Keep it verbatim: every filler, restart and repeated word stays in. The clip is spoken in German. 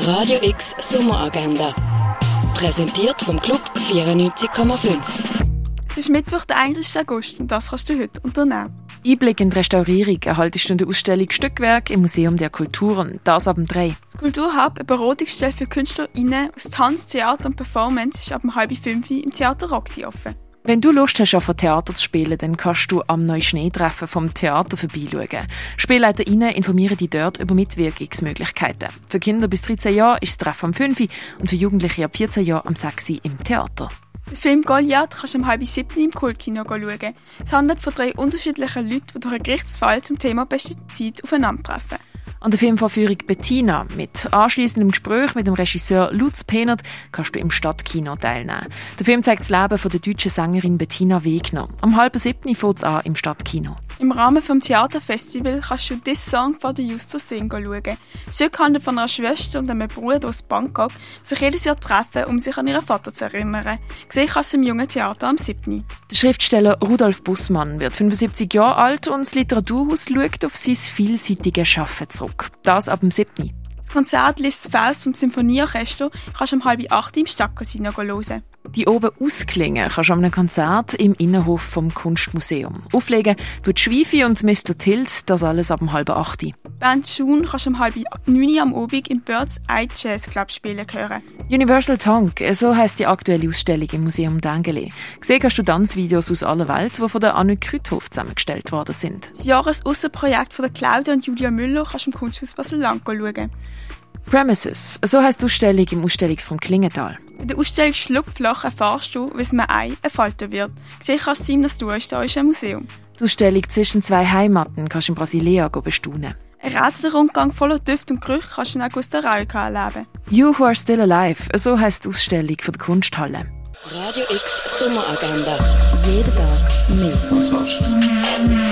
Radio X Sommeragenda. Präsentiert vom Club vierundneunzig Komma fünf. Es ist Mittwoch, der einunddreißigsten August, und das kannst du heute unternehmen. Einblick in die Restaurierung erhaltest du in der Ausstellung Stückwerk im Museum der Kulturen, das ab dem drei. Das Kulturhub, eine Beratungsstelle für KünstlerInnen aus Tanz, Theater und Performance, ist ab dem halb fünf im Theater Roxy offen. Wenn du Lust hast, auf Theater zu spielen, dann kannst du am Neuschneetreffen vom Theater vorbeischauen. SpielleiterInnen informieren dich dort über Mitwirkungsmöglichkeiten. Für Kinder bis dreizehn Jahren ist das Treffen am fünf und für Jugendliche ab vierzehn Jahren am sechs im Theater. Den Film Goliath kannst du am halb sieben im Kultkino schauen. Es handelt von drei unterschiedlichen Leuten, die durch einen Gerichtsfall zum Thema Pestizid aufeinandertreffen. An der Filmvorführung Bettina mit anschliessendem Gespräch mit dem Regisseur Lutz Pehnert kannst du im Stadtkino teilnehmen. Der Film zeigt das Leben von der deutschen Sängerin Bettina Wegner. Am halb sieben fängt es an im Stadtkino. Im Rahmen des Theaterfestivals kannst du «This Song for the Youth to Sing» schauen. Das Stück handelt von einer Schwester und einem Bruder aus Bangkok, die sich jedes Jahr treffen, um sich an ihren Vater zu erinnern. Gesehen kannst du im Jungen Theater am siebten Der Schriftsteller Rudolf Bussmann wird fünfundsiebzig Jahre alt und das Literaturhaus schaut auf sein vielseitiges Schaffen zurück. Das ab dem siebten Das Konzert «Liszt Faust» vom Symphonieorchester kannst du um halb acht im Stadtcasino hören. Die oben ausklingen kannst du an einem Konzert im Innenhof vom Kunstmuseum. Auflegen tut Schweifi und Mister Tilt, das alles ab dem halb acht. Band June kannst du um halb neun am Abend im Birds Eye Jazz Club spielen hören. Universal Tongue, so heisst die aktuelle Ausstellung im Museum Dengeli. Gesehen kannst du Tanzvideos aus aller Welt, die von der Anne Krüthof zusammengestellt worden sind. Das Jahresaussenprojekt von der Claudia und Julia Müller kannst du im Kunsthaus Basel-Land schauen. Premises, so heisst die Ausstellung im Ausstellungsraum Klingenthal. Bei der Ausstellung Schlupfloch erfährst du, wie es einem Ei entfalten wird. Gesehen kannst du im Naturhistorischen Museum. Die Ausstellung «Zwischen zwei Heimaten» kannst du in Brasilia bestaunen. Ein Rätselrundgang voller Düfte und Gerüche kannst du in Augusta Railcar erleben. «You Who Are Still Alive», so heisst die Ausstellung von der Kunsthalle. Radio X Sommeragenda. Jeden Tag mehr.